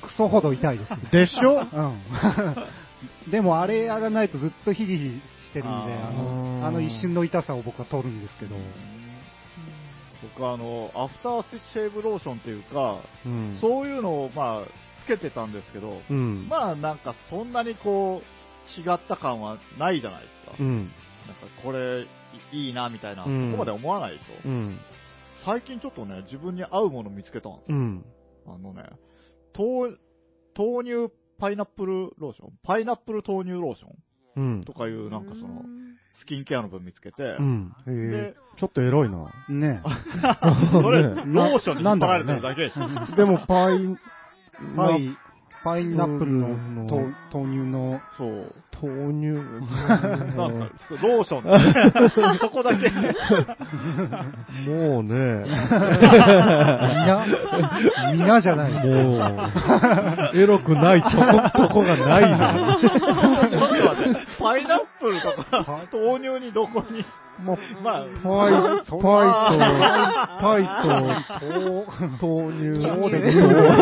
クソほど痛いです。 でしょ？ うん。でもあれやらないとずっとヒリヒリしてるんで、あの、あの一瞬の痛さを僕は取るんですけど。 僕はあの、アフターシェーブローションっていうか、 うん、 そういうのをまあ、つけてたんですけど、 うん、 まあなんかそんなにこう、違った感はないじゃないですか。 うん、 なんかこれいいなみたいな、うん、そこまで思わないと、 うん、 最近ちょっとね、自分に合うものを見つけたんですよ。 うん、 あのね、豆、豆乳パイナップルローション、パイナップル豆乳ローション、うん、とかいうなんかその、スキンケアの分見つけて、うん、 でちょっとエロいな。 ねそれ、ローションに引っ張られてるだけでしょ。 ね、でもパイ、 パイ、パイナップルの豆乳の、 そう。 豆乳なんか、ローションそこだけ。 もうね。 みな、みなじゃないですか。 もう、エロくないとこ、とこがないじゃん。 ちょっと待って、パイナップルとか、豆乳にどこに。 まあ、 まあ、 パイ、パイと、パイと、豆乳。 そうで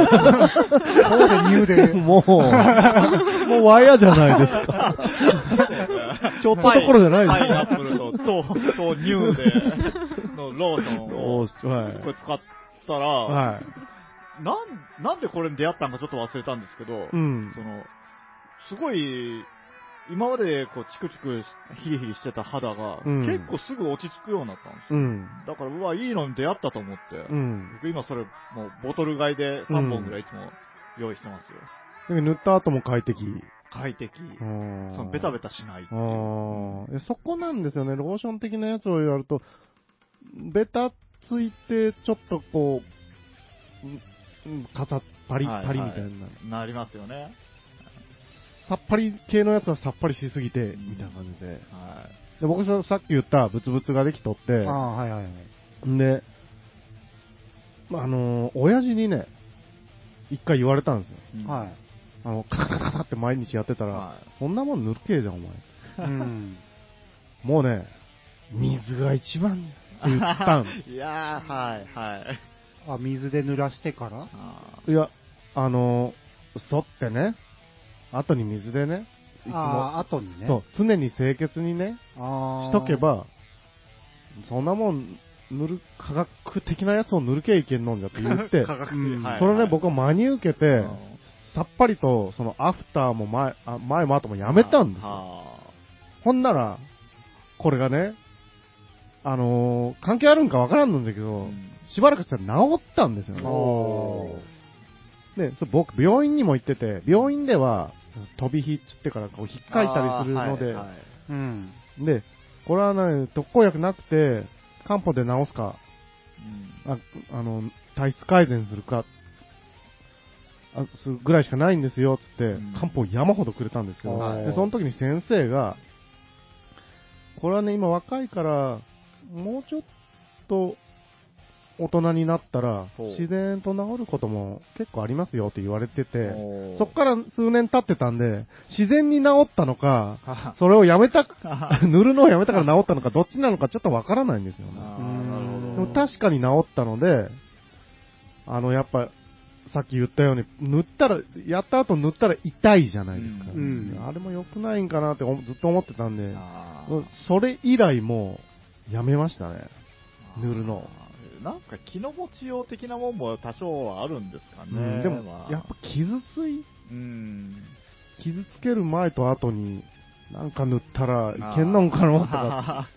乳で。 もう、もうワイヤーじゃないですか。ちょっとところじゃないですか。 パイナップルと、と、と乳で、のローションを、 はい、 これ使ったら、 はい、 なん、なんでこれに出会ったのかちょっと忘れたんですけど、 うん、 その、すごい、今までこうチクチクヒリヒリしてた肌が、うん、結構すぐ落ち着くようになったんですよ。うん、だから、うわ、いいのに出会ったと思って、うん、僕今それ、もうボトル買いでさんぼんぐらいいつも用意してますよ。 うん、塗った後も快適。 快適。そのベタベタしないっていう。 あそこなんですよね、ローション的なやつをやると、ベタついて、ちょっとこう、うん、かさ、パリッパリみたいになる、はいはい、 なりますよね。 さっぱり系のやつはさっぱりしすぎて、みたいな感じで。はい、で僕さっき言ったブツブツができとって、 あはいはいはい。 んで、まあ、あのー、親父にね、一回言われたんですよ。 うん、はい。 あの、カサカサカサって毎日やってたら、はい、そんなもん塗るけえじゃん、お前。うん。もうね、水が一番って言ったん。 いやー、はい、はい。 あ、水で濡らしてから？ いや、あのー、剃ってね、後に水でね、 いつも、あ後にね。 そう、常に清潔にね、しとけば、そんなもん、塗る、科学的なやつを塗るけいけんのんじゃって言って、科学的、うんはいはい、それね、僕は真に受けて、さっぱりと、そのアフターも前、あ前も後もやめたんですよ。ほんなら、これがね、 あのー、関係あるんかわからんのんだけど、しばらくしたら治ったんですよね。 おで、そう僕、病院にも行ってて、病院では、飛び火っつってからこう、引っかいたりするので、 はいはい、 うん。 で、これはね、特効薬なくて、漢方で治すか、 うん、 ああの、体質改善するか、あするぐらいしかないんですよ、つって、 うん、 漢方山ほどくれたんですけど、で、その時に先生が、これはね、今若いから、もうちょっと、大人になったら、自然と治ることも結構ありますよって言われてて、そっから数年経ってたんで、自然に治ったのか、それをやめた、塗るのをやめたから治ったのか、どっちなのかちょっとわからないんですよね。でも確かに治ったので、あの、やっぱ、さっき言ったように、塗ったら、やった後塗ったら痛いじゃないですか。うん、あれも良くないんかなってずっと思ってたんで、それ以来もうやめましたね、塗るの。 なんか気の持ちよう的なもんも多少はあるんですかね。 うん、でも、まあ、やっぱ傷つい、 うん、 傷つける前と後に、なんか塗ったらいけんのんかなとか。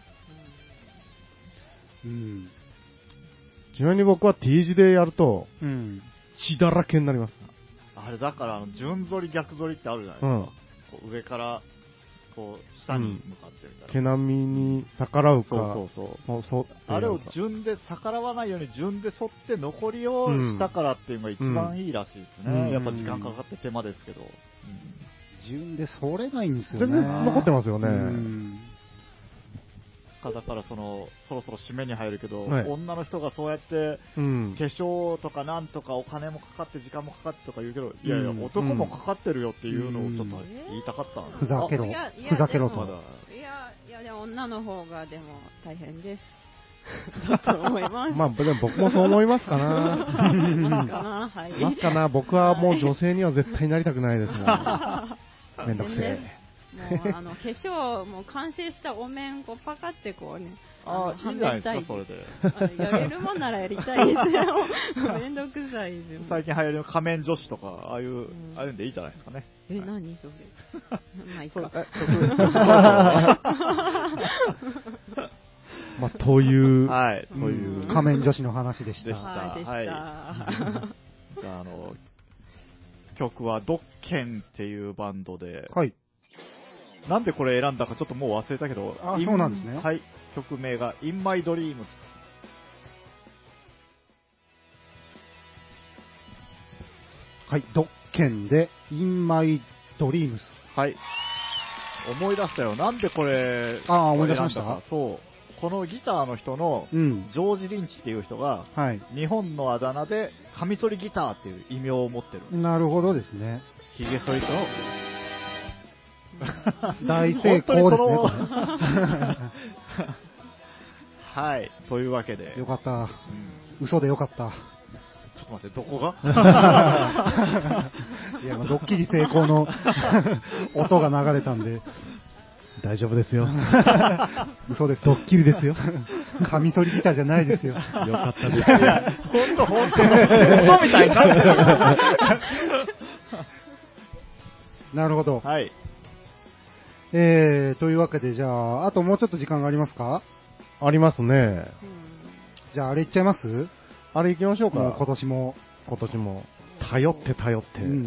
うん、 ちなみに僕は T 字でやると、 うん、 血だらけになります。 あれだから、順反り逆反りってあるじゃないですか。うん、こう上からこう下に向かってみたいな、 毛並みに逆らうか、 そうそうそうそうあれを順で逆らわないように順で沿って残りを下からっていうのが一番いいらしいですね、うん、やっぱ時間かかって手間ですけど、うん、 順で反れないんですよね。 全然残ってますよね。 うんだからそのそろそろ締めに入るけど、 はい、 女の人がそうやって、うん、化粧とかなんとかお金もかかって時間もかかってとか言うけど、いやいや、男もかかってるよっていうのをちょっと言いたかったんです、 うん、ふざけろふざけろと。 いやいやでも女の方がでも大変ですだと思います。 まあでも僕もそう思いますかな。 ますかな、はい。 ますかな。僕はもう女性には絶対になりたくないですね。めんどくせえ。 もうあの化粧もう完成したお面こうパカってこうね、 ああ、いいじゃないですかそれで。やれるもんならやりたいですよ。めんどくさいです。 最近流行りの仮面女子とかああいう、うん、ああいうんでいいじゃないですかね。 え、何それ。まあいいか。 まあというはいという、 うん、仮面女子の話でした。 でした。 はい。 はい、じゃああの曲はドッケンっていうバンドで。 はい。 なんでこれ選んだかちょっともう忘れたけど、 あ、そうなんですね。 はい、曲名が In My Dreams。 はい、ドッケンで In My Dreams。 はい。思い出したよ。なんでこれ、 あ、思い出しました。 そう。このギターの人の、ジョージ・リンチっていう人が、 うん、はい、 日本のあだ名で、カミソリギターっていう異名を持ってる。 なるほどですね。 ヒゲ剃りと、 大成功ですね。 はい、というわけで。 よかった。うん、嘘でよかった。 ちょっと待って、どこがいや、ドッキリ成功の音が流れたんで。 大丈夫ですよ。 嘘です。 ドッキリですよ。 カミソリギターじゃないですよ。よかったです。 いや、ほんとほんと。嘘みたいになってる。 なるほど。 はい。 えー、というわけで、じゃあ、あともうちょっと時間がありますか？ ありますね。 じゃあ、あれいっちゃいます？ あれ行きましょうか。 もう今年も。 今年も。頼って頼って。うん、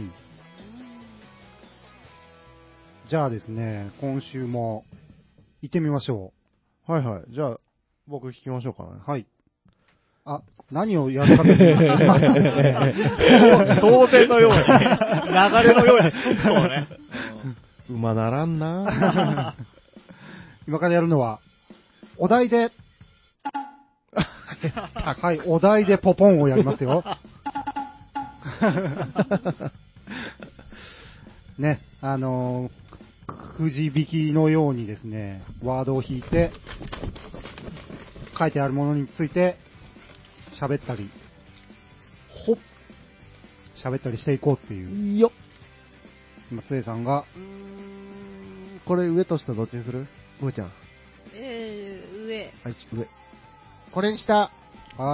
じゃあですね、今週も行ってみましょう。はいはい。じゃあ、僕聞きましょうかね。 はい。あ、何をやるかというと当然のように、流れのように、そうね。 馬ならんな今からやるのは、お題で、はい、お題でポポンをやりますよ。ね、あのー、くじ引きのようにですね、ワードを引いて、書いてあるものについて、喋ったり、ほっ、喋ったりしていこうっていう。 よっ。 今、つえさんが、 これ上と下どっちにする？上ちゃん。 えー、上。 はい、上。これにした。 はい。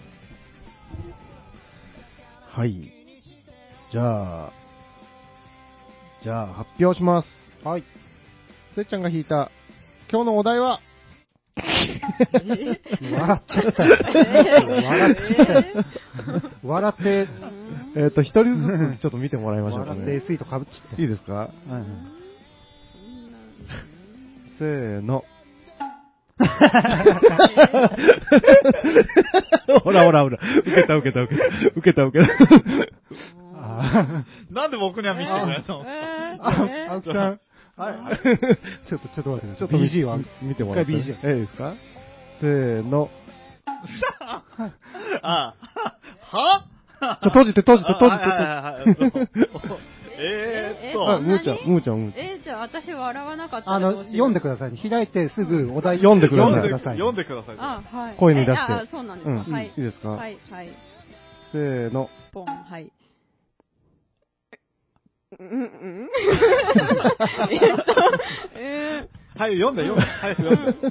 はい。じゃあ、じゃあ発表します。 はい。 つえちゃんが引いた今日のお題は笑っちゃったよ。笑っちゃったよ。笑って、 えっと、一人ずつちょっと見てもらいましょうか笑ってね。 エスイー と被っちゃった。 いいですか？ うんうん、 せーの。ほらほらほら。受けた受けた受けた。受けた受けた。 なんで僕には見せてくれないの？ あ、青木さん。はい。ちょっと、ちょっと待って、ちょっと ビージー は見てもらって。 一回 ビージー。 え、いいですか？せーの。 あ、は？ ちょ、閉じて閉じて閉じて閉じて。 えーっと。 あ、むーちゃん、むーちゃん、むーちゃん。 え、じゃあ私笑わなかったらあの、読んでくださいね。開いてすぐお題読んでください。 読んでください。 読んでください。 あ、はい。 声に出して。 あ、そうなんですか。はい。 いいですか？ はい、はい。 せーの。 ポン、はい。うんうん。えっと、えー、はい、読んで、読んで、早く読んで。うーん。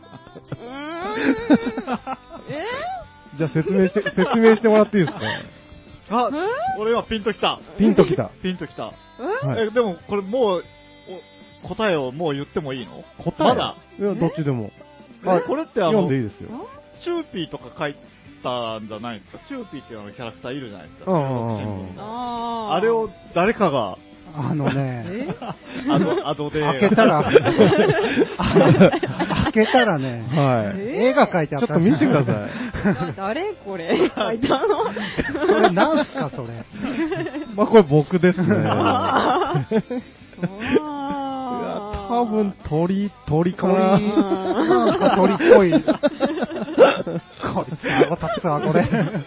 えー、じゃあ説明して、説明してもらっていいですか？ あ、俺はピンときた。 ピンときた。 ピンときた。 え、 え、でもこれもう、答えをもう言ってもいいの？ 答え？ まだ。 いや、どっちでも。 あ、これってあの、 読んでいいですよ。 チューピーとか書いたんじゃないですか。チューピーっていうのキャラクターいるじゃないですか。 ああれを誰かが、 あのね、 あの、アドで。 開けたら、開けたらね、 はい。 絵が描いてあった。 ちょっと見せてください。 誰これ書いたの？ それなんすか、それ。 まあ、これ僕ですね。いや、多分鳥、鳥かな。 なんか鳥っぽい。こいつ、あごたつわ、これ。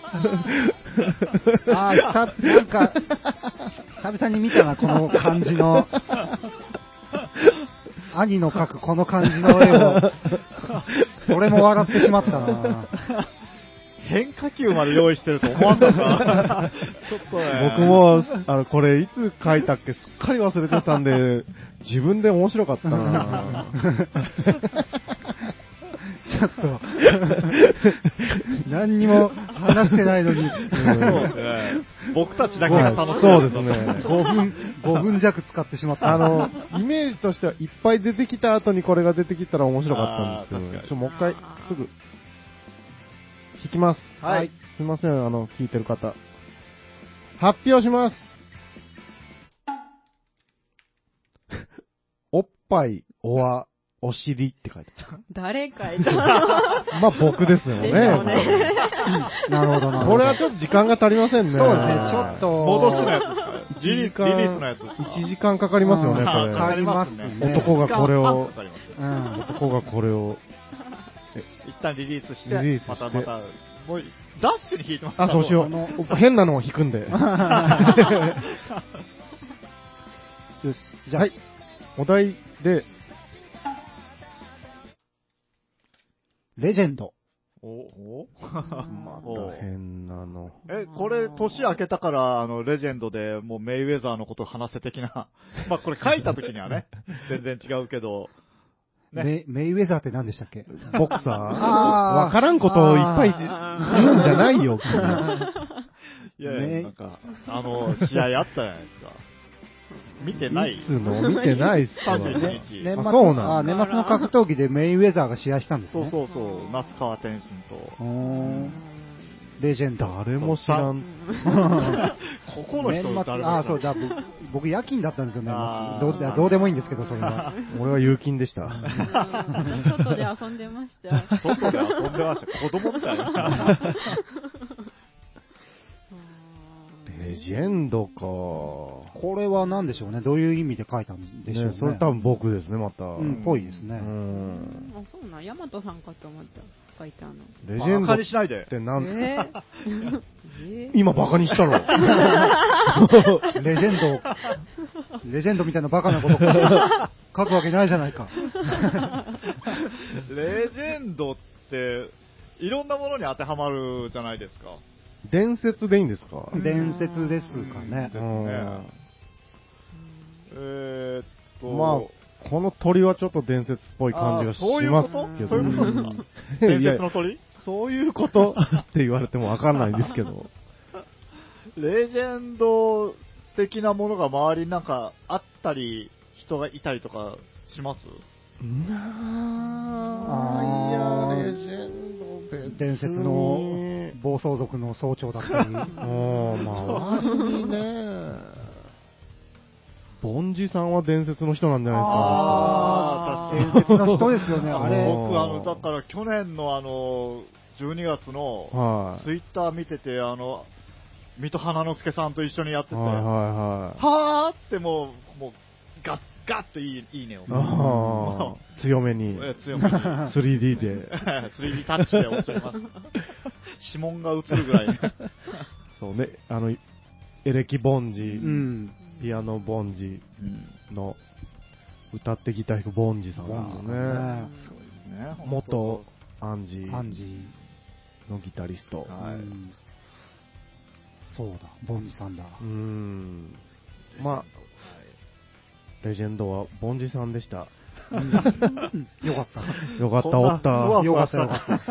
あー、さ、なんか、久々に見たな、この感じの。兄の描くこの感じの絵を。それも笑ってしまったな。 変化球まで用意してると思わんかった。ちょっとね。 僕も、あの、これいつ書いたっけすっかり忘れてたんで、自分で面白かったなちょっと、何にも話してないのに、 そうですね。僕たちだけが楽しい。 そうですね。 ごふん、ごふん弱使ってしまった。 あの、イメージとしてはいっぱい出てきた後にこれが出てきたら面白かったんですけど、ちょ、もう一回、すぐ、引きます。 はい。 すいません、あの、聞いてる方。発表します。おっぱい、おわ、お尻って書いてある。 誰書いたの？ まあ僕ですよね。 でしょうね。 なるほどなるほど。 これはちょっと時間が足りませんね。 そうですね、ちょっと。 戻すのやつですか？ リリリリースのやつですか？ いちじかんかかりますよね、これ。 かかりますね。 男がこれを、 かかります。 うん、 男がこれを。 一旦リリースして、 リリースしてまたまた、もう、ダッシュに弾いてます。 あ、そうしよう。変なのを弾くんで。よし、じゃあ、はい。お題で、 レジェンド。 おおまた変なの。 え、これ、年明けたから、あの、レジェンドでもうメイウェザーのこと話せ的な。まあ、これ書いた時にはね、全然違うけど、 ね、メ, メイウェザーって何でしたっけ？ ボクサーあわからんことをいっぱい言うんじゃないよ。 いやいや、なんか、あの、試合あったじゃないですか。見てない？ いつの見てないっすよ。 さんじゅういちにち。 年末あ、そうなんあ年末の格闘技でメイウェザーが試合したんですね。 そうそうそう、那須川天心と。 レジェンド。 誰も知らん。 ここの人誰もあ、そうだ、僕夜勤だったんですよね。どうどうでもいいんですけど、それは。 俺は有勤でした。 外で遊んでました。 外で遊んでました。子供みたいな。 レジェンドか。 これは何でしょうね。どういう意味で書いたんでしょうね。 ね、それ多分僕ですね、また。 うん、ぽいですね。うん。あ、そうなん、ヤマトさんかと思った。書いたの。 レジェンドしないでって何、 えー、今バカにしたろ。 レジェンド、レジェンドみたいなバカなこと書くわけないじゃないか。 レジェンドって、いろんなものに当てはまるじゃないですか。 伝説でいいんですか？ 伝説ですかね。 ですね。えーっと、 まあ、この鳥はちょっと伝説っぽい感じがしますけど。 そういうことそういうことですか？伝説の鳥？ そういうことって言われてもわかんないんですけど。 レジェンド的なものが周りになんかあったり、人がいたりとかします？ なあ、いや、レ伝説の暴走族の総長だったり。 おー、まあ、周りにね、ボンジさんは伝説の人なんじゃないですか。 あー、確かに。 伝説の人ですよね、あれ。 僕、あの、だから去年のあの、じゅうにがつの、 はい。 ツイッター見てて、あの、水戸花之助さんと一緒にやってて、 はいはいはい。 はーってもう、もう、ガッ、ガッといい、いいねを。 ああ、強めに。 え強めに。 スリーディー で。 スリーディー タッチで押してます。指紋が映るぐらい。 そうね、あの、エレキボンジ、 うん。 ピアノボンジうんの歌ってギター弾くボンジさんボンジさんですね。 ね。 そうですね。 元アンジアンジのギタリスト。 ー。 はいうんそうだ、ボンジさんだ。 うーん。まあ、レジェンドはボンジさんでした。 うんよかった。 よかった、 そんなおった。 ふわふよかわったよかった。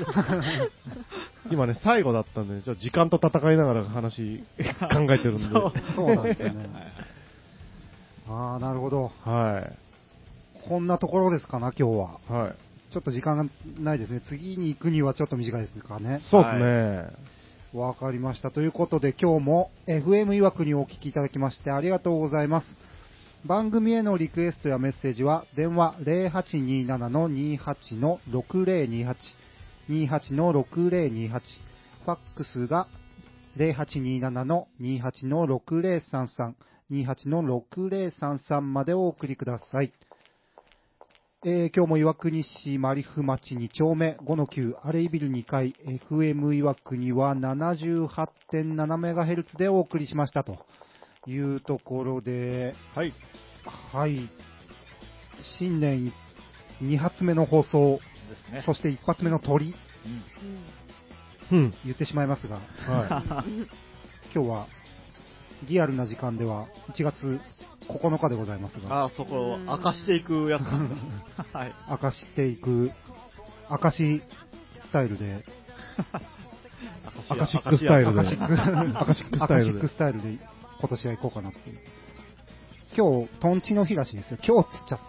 今ね、最後だったんで、ちょっと時間と戦いながら話考えてるんで。 そうそうなんですよね。ああ、なるほど。 はこんなところですかな、今日は。 い。はい。 ちょっと時間がないですね。次に行くにはちょっと短いですかね。 そうですね。 わかりました。ということで今日も エフエム いわくにお聞きいただきましてありがとうございます。番組へのリクエストやメッセージは電話 ゼロはちにーななのにーはちのろくぜろにはち にーはちのろくぜろにはち、ファックスが ゼロはちにーななのにーはちのろくぜろさんさん にーはちのろくぜろさんさんまでお送りください。えー今日も岩国市マリフ町に丁目ごのきゅうアレイビルにかい エフエム 岩国は ななじゅうはちてんななメガヘルツ でお送りしましたというところで、 はい。 はい、新年に発目の放送、 ですね。 そして一発目の鳥、 うんうん。 言ってしまいますが、 は今日はリアルな時間ではいちがつここのかでございますが、 ああ、そこを明かしていくやつなんだ。はい。 明かしていく、明かしスタイルで、 アカシックスタイルで。 アカシックアカシックスアカシックタイルで。 スタイルで今年は行こうかなっていう。今日、トンチの日らしいですよ。今日っつっちゃった。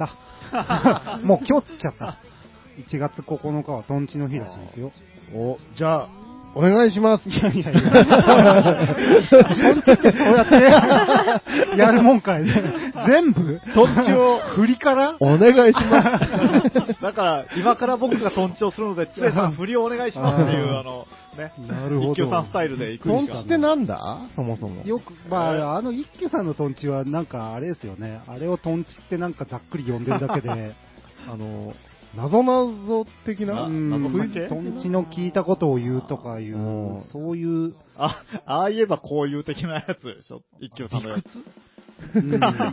もう今日っつっちゃった。いちがつここのかはトンチの日らしいですよ。 お、じゃあ、お願いします。 いやいやいや。トンチってそうやってやるもんかいね。全部トンチを振りからお願いします。 だから、今から僕がトンチをするので、つえさん振りをお願いしますっていう、 あーあの、ね、 なるほど一休さんスタイルで行くトンしかチってなんだそもそも。 よく、まあ、あの一休さんのトンチはなんかあれですよね。あれをトンチってなんかざっくり呼んでるだけで、 あの、謎謎的なあうん謎かけトンチの聞いたことを言うとかいううん、 そういう、 あ、ああ言えばこういう的なやつでしょ。一休さんのやつ。 うんあ、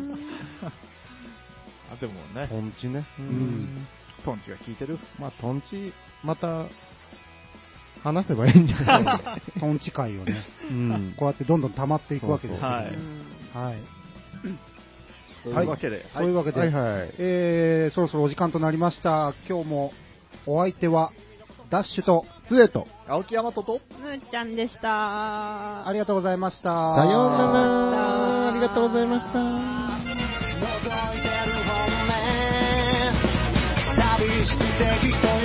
でもね、 トンチね。 んトンチが効いてる。 まあ、トンチ、また、話せばいいんじゃないトンチ会をね、 うん。 こうやってどんどん溜まっていくわけですけど、 はいはい。 そういうわけで。 そういうわけで、 はいはい。 えー、そろそろお時間となりました。今日もお相手は、ダッシュと、 つえと、 青木山とと、 むーちゃんでした。 ありがとうございました。 さようなら。ありがとうございました。 覗いてる本音寂しくて一人